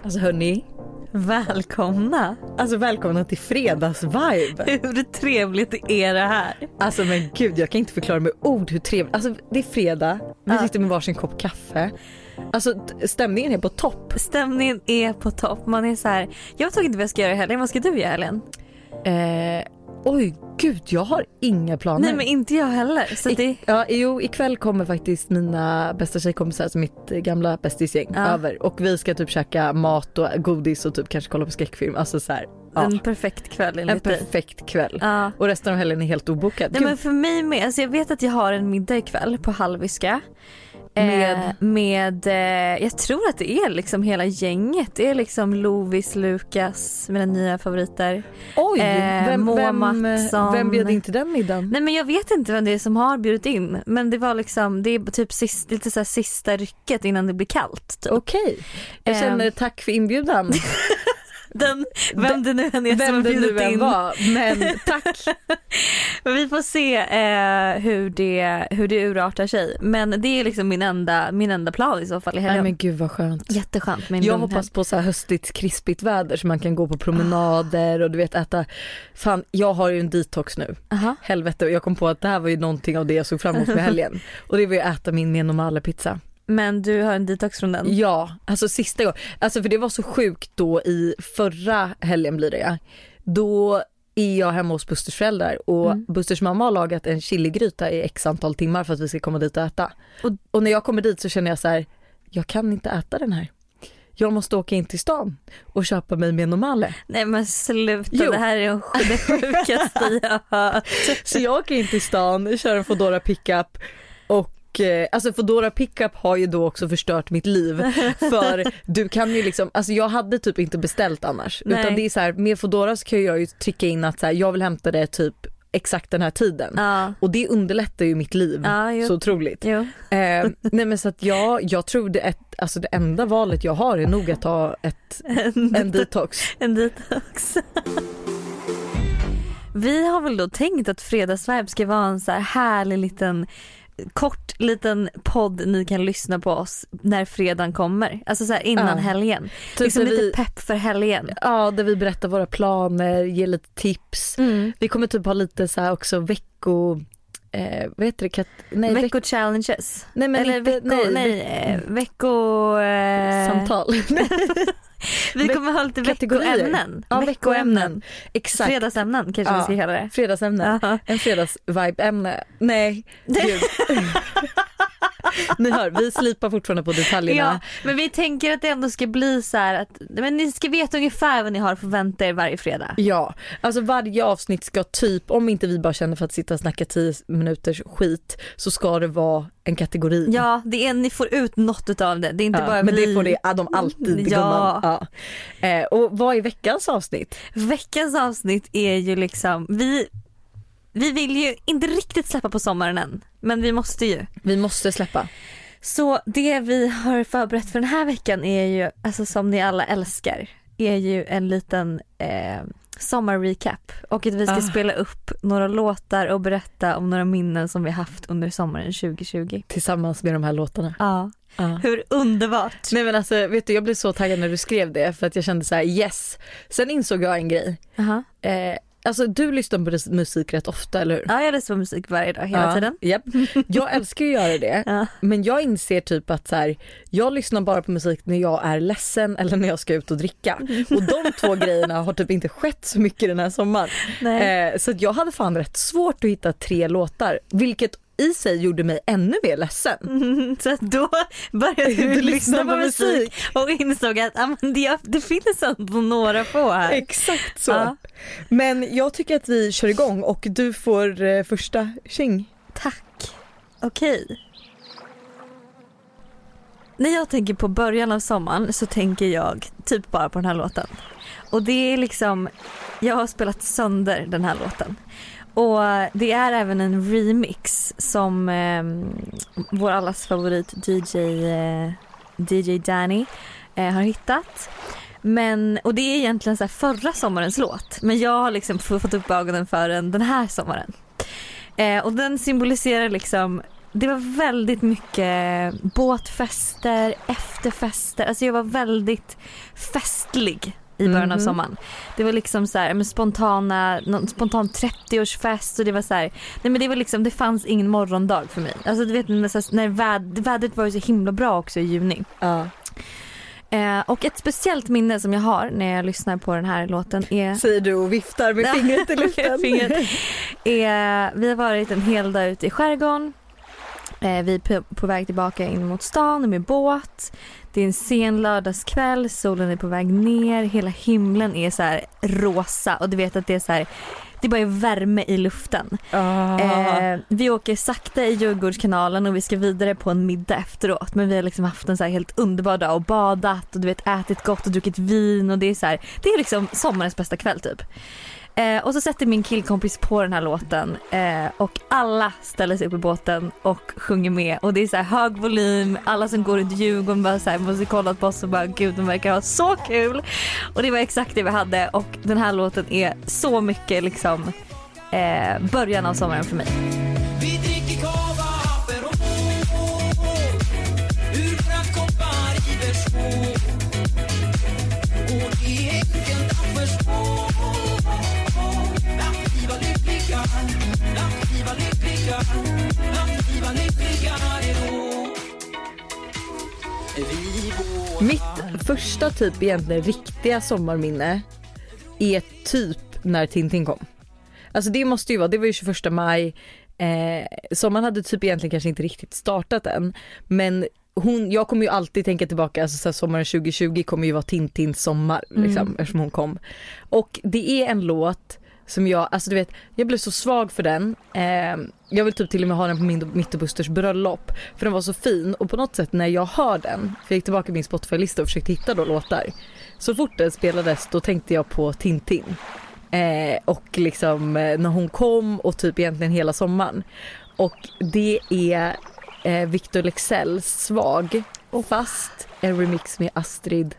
Alltså hörni, välkomna. Alltså välkomna till fredagsvibe. Hur trevligt är det här? Alltså men gud, jag kan inte förklara med ord hur trevligt. Alltså det är fredag, vi sitter med varsin kopp kaffe. Alltså stämningen är på topp. Stämningen är på topp. Man är så här, jag vet inte vad jag ska göra i helgen. Vad ska du göra, Helen? Oj gud, jag har inga planer. Nej men inte jag heller så ikväll kommer faktiskt mina bästa tjejkompisar, alltså mitt gamla bästisgäng över. Och vi ska typ käka mat och godis och typ kanske kolla på skräckfilm. Alltså så här, en perfekt kväll en perfekt kväll. Och resten av helgen är helt obokad. Nej men för mig med, alltså jag vet att jag har en middag ikväll på Halviska. Med jag tror att det är liksom hela gänget. Det är liksom Lovis, Lukas, mina nya favoriter. Oj, vem bjöd in till den middagen? Nej men jag vet inte vem det är som har bjudit in. Men det var liksom, det är typ lite så här sista rycket innan det blir kallt typ. Okej, jag känner tack för inbjudan. Vem det nu än är som har bjudit in var, men tack. Men vi får se hur det urartar sig. Men det är liksom min enda plan i så fall i helgen. Nej men gud vad skönt. Jätteskönt. Jag hoppas på så här höstigt krispigt väder så man kan gå på promenader och du vet äta. Fan, jag har ju en detox nu. Helvete, och jag kom på att det här var ju någonting av det jag såg fram emot med helgen. Och det var ju att äta min menomale pizza. Men du har en detox från den? Ja, alltså sista gången. Alltså för det var så sjukt då i förra helgen blir det ja. Då är jag hemma hos Busters föräldrar och Busters mamma har lagat en chiligryta i x antal timmar för att vi ska komma dit och äta. Och när jag kommer dit så känner jag så här, jag kan inte äta den här. Jag måste åka in till stan och köpa mig menomale. Nej men sluta, det här är det sjukaste jag har hört. Så jag åker in till stan, kör en Foodora pickup och alltså Foodora pickup har ju då också förstört mitt liv. För du kan ju liksom, alltså jag hade typ inte beställt annars. Nej. Utan det är så här, med Foodora så kan jag ju trycka in att så här, jag vill hämta det typ exakt den här tiden. Och det underlättar ju mitt liv så otroligt. Nej men så att jag tror det enda valet jag har är nog att ta en detox. En detox. Vi har väl då tänkt att fredagsvibe ska vara en så här härlig liten podd ni kan lyssna på oss när fredagen kommer. Alltså så här innan helgen. Typ liksom lite pepp för helgen. Ja, där vi berättar våra planer, ger lite tips. Vi kommer typ ha lite så här också vad heter det? Vecko-challenges. Nej men samtal. Vi kommer ha lite veckoämnen. Ja, veckoämnen. Exakt. Fredagsämnen kanske vi ska kalla det. Fredagsämnen. En fredagsvibe-ämne. Nej, gud. Ni hör, vi slipar fortfarande på detaljerna. Ja, men vi tänker att det ändå ska bli så här att men ni ska veta ungefär vad ni har att förvänta er varje fredag. Ja, alltså varje avsnitt ska typ, om inte vi bara känner för att sitta och snacka 10 minuters skit, så ska det vara en kategori. Ja, det är, ni får ut något av det. Det är inte bara men det får de alltid. Ja. Och vad är veckans avsnitt? Veckans avsnitt är ju liksom vi vill ju inte riktigt släppa på sommaren än, men vi måste ju. Vi måste släppa. Så det vi har förberett för den här veckan är ju, alltså som ni alla älskar, är ju en liten sommarrecap. Och att vi ska spela upp några låtar och berätta om några minnen som vi haft under sommaren 2020. Tillsammans med de här låtarna. Ja. Hur underbart. Nej men alltså, vet du, jag blev så taggad när du skrev det, för att jag kände så här: yes. Sen insåg jag en grej. Alltså du lyssnar på musik rätt ofta, eller hur? Ja, jag lyssnar på musik varje dag, hela tiden. Yep. Jag älskar ju att göra det. Men jag inser typ att så här, jag lyssnar bara på musik när jag är ledsen eller när jag ska ut och dricka. Och de två grejerna har typ inte skett så mycket den här sommaren. Så att jag hade fan rätt svårt att hitta 3 låtar, vilket i sig gjorde mig ännu mer ledsen. Så då började du lyssna på musik och insåg att det finns ändå några få här. Exakt så. Men jag tycker att vi kör igång och du får första tjing. Tack. Okej. När jag tänker på början av sommaren så tänker jag typ bara på den här låten. Och det är liksom, jag har spelat sönder den här låten. Och det är även en remix som vår allas favorit DJ Danny har hittat. Och det är egentligen så här förra sommarens låt. Men jag har liksom fått upp ögonen för den här sommaren. Och den symboliserar liksom det var väldigt mycket båtfester, efterfester. Alltså jag var väldigt festlig i början av sommaren. Det var liksom så här med spontan 30-årsfest och det var så här, nej men det var liksom, det fanns ingen morgondag för mig. Alltså du vet när vädret var ju så himla bra också i juni. Ja. Och ett speciellt minne som jag har när jag lyssnar på den här låten är... Säger du och viftar med fingret i luften. Vi har varit en hel dag ute i skärgården. Vi är på väg tillbaka in mot stan med båt. Det är en sen lördagskväll, solen är på väg ner, hela himlen är så här rosa och du vet att det är så här, det bara är värme i luften. Vi åker sakta i Djurgårdskanalen och vi ska vidare på en middag efteråt, men vi har liksom haft en så här helt underbar dag och badat och du vet ätit gott och druckit vin och det är så här, det är liksom sommarens bästa kväll typ. Och så sätter min killkompis på den här låten och alla ställer sig upp i båten och sjunger med och det är så här hög volym, alla som går ut i Djurgården bara så här, måste kolla på oss och bara gud, de verkar ha så kul och det var exakt det vi hade och den här låten är så mycket liksom början av sommaren för mig. Vi dricker kava, ur våra koppar i version och det är enkelt att förstå. Mitt första typ egentligen riktiga sommarminne är typ när Tintin kom. Alltså det måste ju vara, det var ju 21 maj. Sommaren hade typ egentligen kanske inte riktigt startat än. Men jag kommer ju alltid tänka tillbaka, alltså så här, sommaren 2020 kommer ju vara Tintins sommar liksom, eftersom hon kom. Och det är en låt som jag, alltså du vet, jag blev så svag för den. Jag vill typ till och med ha den på mitt och Busters bröllop för den var så fin och på något sätt när jag hör den, för jag gick tillbaka min Spotify-lista och försökte hitta då låtar. Så fort den spelades då tänkte jag på Tintin. Och liksom när hon kom och typ egentligen hela sommaren. Och det är Victor Leksells Svag och fast en remix med Astrid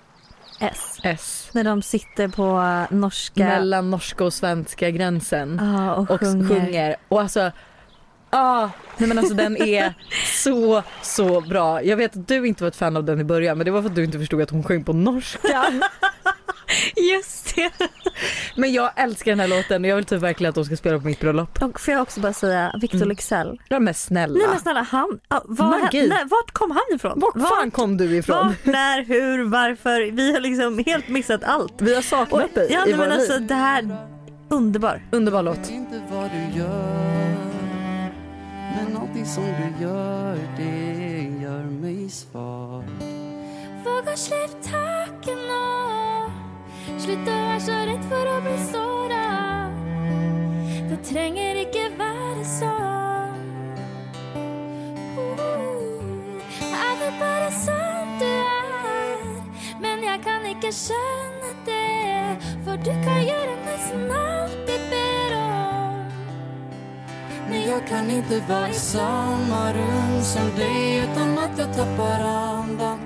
S. När de sitter på norska, mellan norska och svenska gränsen och sjunger. Och alltså nej men alltså den är så bra. Jag vet att du inte var ett fan av den i början, men det var för att du inte förstod att hon sjöng på norska. Just det. Men jag älskar den här låten och jag vill typ verkligen att de ska spela på mitt bröllop. Och får jag också bara säga Victor Leksell. Ja men snälla. Nej men snälla, han vart kom han ifrån? Vart fan kom du ifrån? Vart, när, hur, varför? Vi har liksom helt missat allt. Vi har saknat dig i våra liv. Alltså det här underbar låt. Inte vad du gör, men någonting som du gör, det gör mig svag. Vågar släpp taken och sluta vara så rätt för att bli sårad. Det tränger icke vara så. Allt är bara som du är, men jag kan inte känna det, för du kan göra nästan allt det ber om. Men jag kan inte vara i samma rum som dig utan att jag tappar andan.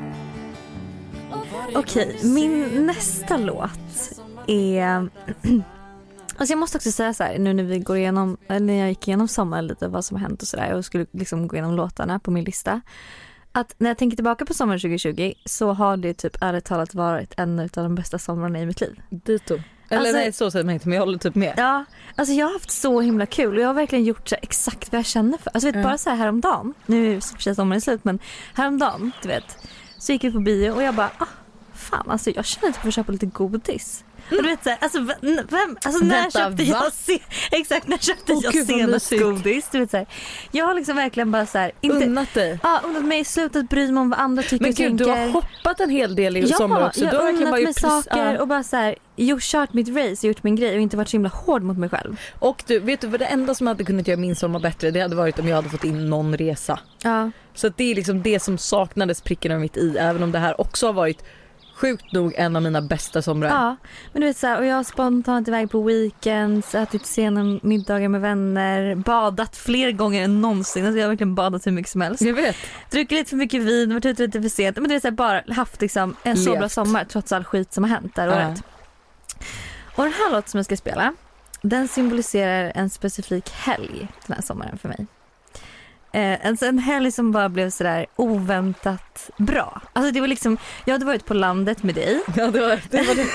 Okej, min nästa låt är... Alltså jag måste också säga så här, nu när vi går igenom, när jag gick igenom sommaren lite, vad som har hänt och sådär, och skulle liksom gå igenom låtarna på min lista, att när jag tänker tillbaka på sommaren 2020 så har det typ ärligt talat varit en av de bästa somrarna i mitt liv. Dito. Eller alltså, nej, så säger man inte, men jag håller typ med. Ja, alltså jag har haft så himla kul och jag har verkligen gjort så exakt vad jag känner för. Alltså vet bara så här häromdagen, nu är precis sommaren slut, men häromdagen, du vet, så gick vi på bio och jag bara, fan, alltså jag känner inte för att köpa lite godis. Och du vet så här, alltså när köpte jag när köpte jag senast godis, du vet så här. Jag har liksom verkligen bara så här unnat dig. Ja, unnat mig, slutat bry mig om vad andra tycker och tänker. Men gud, du har hoppat en hel del i sommar också. Jag har unnat mig saker och bara så här, kört mitt race, gjort min grej och inte varit så himla hård mot mig själv. Och du, vet du vad det enda som hade kunnat göra min sommar bättre, det hade varit om jag hade fått in någon resa. Ja. Så att det är liksom det som saknades pricken av mitt i, även om det här också har varit sjukt nog en av mina bästa somrar. Ja, men du vet så här, och jag har spontant iväg på weekends, ätit sena middagar med vänner, badat fler gånger än någonsin. Alltså jag har verkligen badat hur mycket som helst. Jag vet. Druckit lite för mycket vin, varit ute lite för sent. Men du vet så här, bara haft liksom en så bra sommar trots all skit som har hänt där året. Och den här låten som jag ska spela, den symboliserar en specifik helg den här sommaren för mig. en helg som bara blev sådär oväntat bra. Alltså det var liksom, jag hade varit på landet med dig. Ja, det var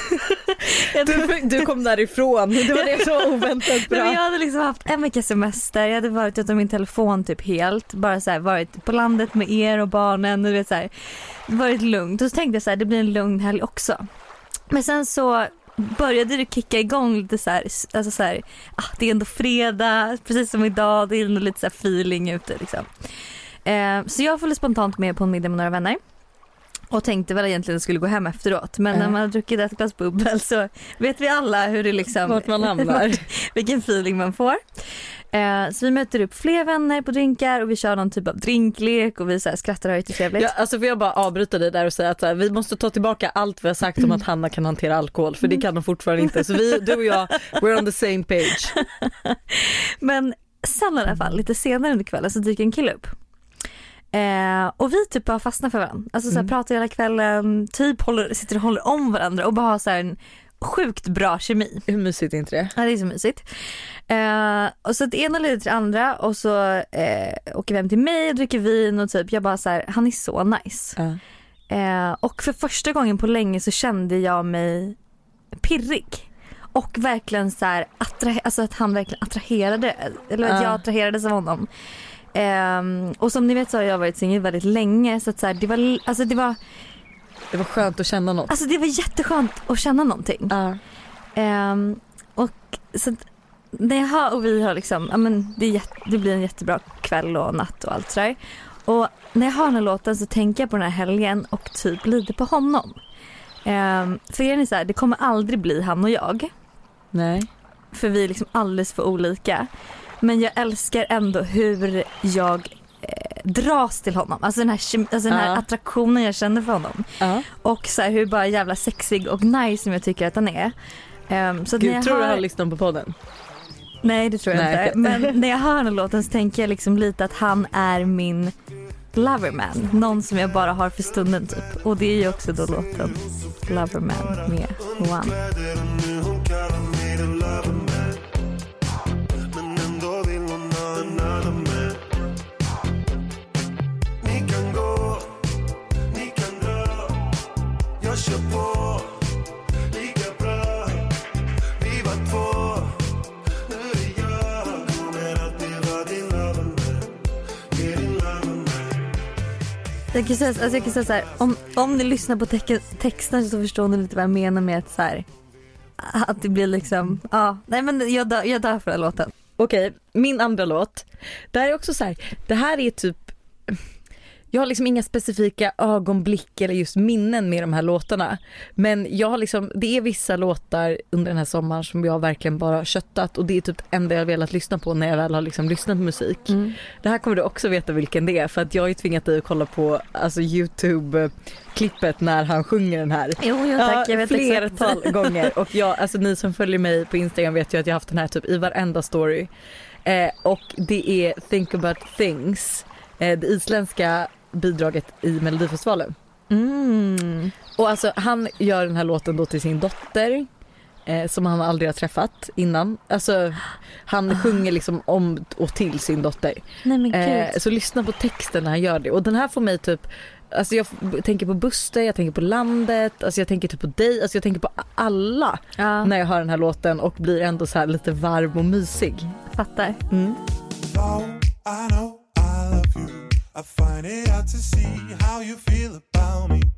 det. Du kom därifrån. Det var det som var oväntat bra. Men jag hade liksom haft en vecka semester. Jag hade varit utan min telefon typ helt. Bara så här, varit på landet med er och barnen. Och vet, så här, varit lugnt. Och så tänkte jag så här, det blir en lugn helg också. Men sen så började du kicka igång lite så här, alltså så här, det är ändå fredag, precis som idag, det är ändå lite så här feeling ute liksom. Så jag följde spontant med på en middag med några vänner och tänkte väl egentligen att jag skulle gå hem efteråt, men när man har druckit ett glas bubbel så vet vi alla hur det liksom, vart man hamnar. Vilken feeling man får. Så vi möter upp fler vänner på drinkar och vi kör någon typ av drinklek och vi så här skrattar högt och trevligt. Ja, alltså får jag bara avbryta dig där och säga att så här, vi måste ta tillbaka allt vi har sagt om att Hanna kan hantera alkohol, för det kan hon fortfarande inte. Så du och jag, we're on the same page. Men sen i alla fall, lite senare under kvällen så dyker en kille upp. Och vi typ bara fastnar för varandra. Alltså så här, pratar hela kvällen, typ sitter och håller om varandra och bara har så här en sjukt bra kemi. Hur mysigt är inte det? Ja, det är så mysigt. Och så att det ena leder till det andra och så åker vi hem till mig och dricker vin och typ jag bara så här, han är så nice. Och för första gången på länge så kände jag mig pirrig. Och verkligen så här alltså att han verkligen attraherade, eller att jag attraherades av honom. Och som ni vet så har jag varit singel väldigt länge, så att så här, det var skönt att känna något. Alltså det var jätteskönt att känna någonting. Och så att när jag har, och vi har liksom, ja men det blir en jättebra kväll och natt och allt sådär. Och när jag har den här låten så tänker jag på den här helgen och typ lite på honom. För er är så här, det kommer aldrig bli han och jag. Nej. För vi är liksom alldeles för olika. Men jag älskar ändå hur jag dras till honom. Alltså den här attraktionen jag känner för honom. Och så här, hur bara jävla sexig och nice som jag tycker att han är. Så Gud, tror du han lyssnar på podden? Nej, det tror jag inte. Okay. Men när jag hör den låten så tänker jag liksom lite att han är min loverman. Någon som jag bara har för stunden typ. Och det är ju också då låten Loverman med One. Jag kan säga så här, om ni lyssnar på texten så förstår ni lite vad jag menar med att så här, att det blir liksom, nej men jag dör för den låten. Okej, min andra låt, det här är också så här, det här är typ, jag har liksom inga specifika ögonblick eller just minnen med de här låtarna. Men jag har liksom, det är vissa låtar under den här sommaren som jag verkligen bara köttat. Och det är typ enda jag velat lyssna på när jag väl har liksom lyssnat på musik. Det här kommer du också veta vilken det är. För att jag har ju tvingat dig att kolla på alltså YouTube-klippet när han sjunger den här. Jo tack, jag vet flertal gånger. Och jag, alltså ni som följer mig på Instagram vet ju att jag har haft den här typ i varenda story. Och det är Think About Things. Det isländska bidraget i Melodifestivalen. Och alltså han gör den här låten då till sin dotter som han aldrig har träffat innan. Alltså han sjunger liksom om och till sin dotter. Nej, men Gud. Så lyssna på texten när han gör det. Och den här får mig typ, alltså jag tänker på Buster, jag tänker på landet, alltså jag tänker typ på dig, alltså jag tänker på alla när jag hör den här låten och blir ändå så här lite varm och mysig. Fattar. I find it hard to see how you feel about me,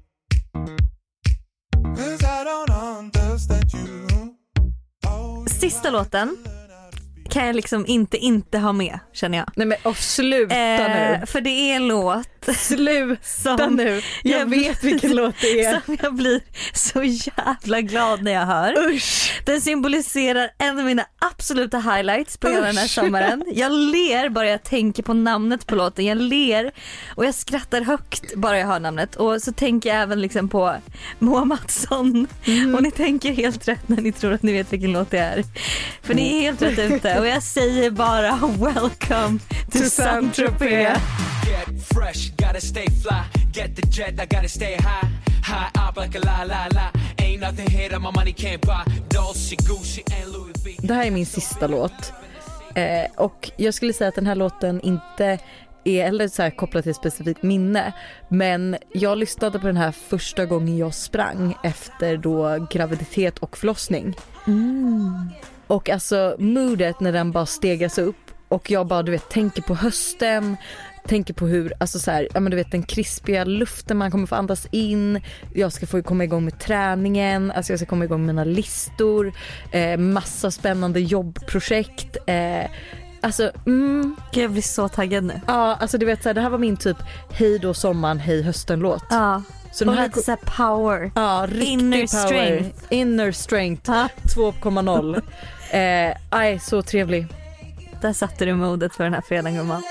'cause I don't understand you. Sista låten kan jag liksom inte ha med, känner jag. Nej men sluta nu. För det är en låt. Sluta nu. Jag vet vilken låt det är. Som jag blir så jävla glad när jag hör. Usch. Den symboliserar en av mina absoluta highlights på hela den här sommaren. Jag ler bara jag tänker på namnet på låten. Jag ler och jag skrattar högt bara jag hör namnet. Och så tänker jag även liksom på Moa Mattsson. Och ni tänker helt rätt när ni tror att ni vet vilken låt det är. För ni är helt rätt ute. Och jag säger bara welcome to Saint-Tropez. Get fresh, gotta stay fly. Get the jet, I gotta stay high. High up like a la la la. Ain't nothing here that my money can't buy. Dolce, Gucci and Louis V. Det här är min sista låt. Och jag skulle säga att den här låten inte är eller så här kopplat till ett specifikt minne, men jag lyssnade på den här första gången jag sprang efter då graviditet och förlossning. Och alltså moodet när den bara stegas upp och jag bara, du vet, tänker på hösten, tänker på hur, alltså så här, ja men du vet den krispiga luften man kommer få andas in, jag ska få komma igång med träningen, alltså jag ska komma igång med mina listor, massa spännande jobbprojekt, alltså Jag blir så taggad nu. ja, alltså du vet så här, det här var min typ hej då sommaren, hej hösten-låt. Ja, så den och här lite så här power. ja, riktig Inner power. strength. Inner strength 2.0. Aj, så trevlig. Där satte du modet för den här fredagen, gumman.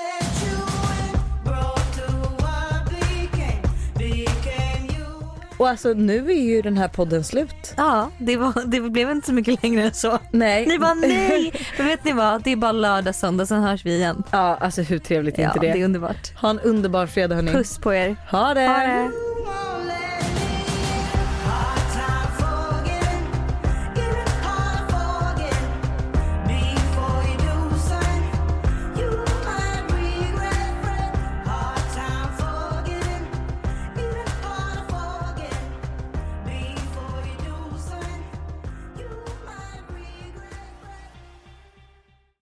Och alltså nu är ju den här podden slut. Ja, det blev inte så mycket längre än så. Nej. Ni bara nej. Men vet ni vad? Det är bara lördag, söndag, sen hörs vi igen. Ja, alltså hur trevligt är Ja, inte det? det är underbart. Ha en underbar fredag hörni. Puss på er. Ha det! Ha det.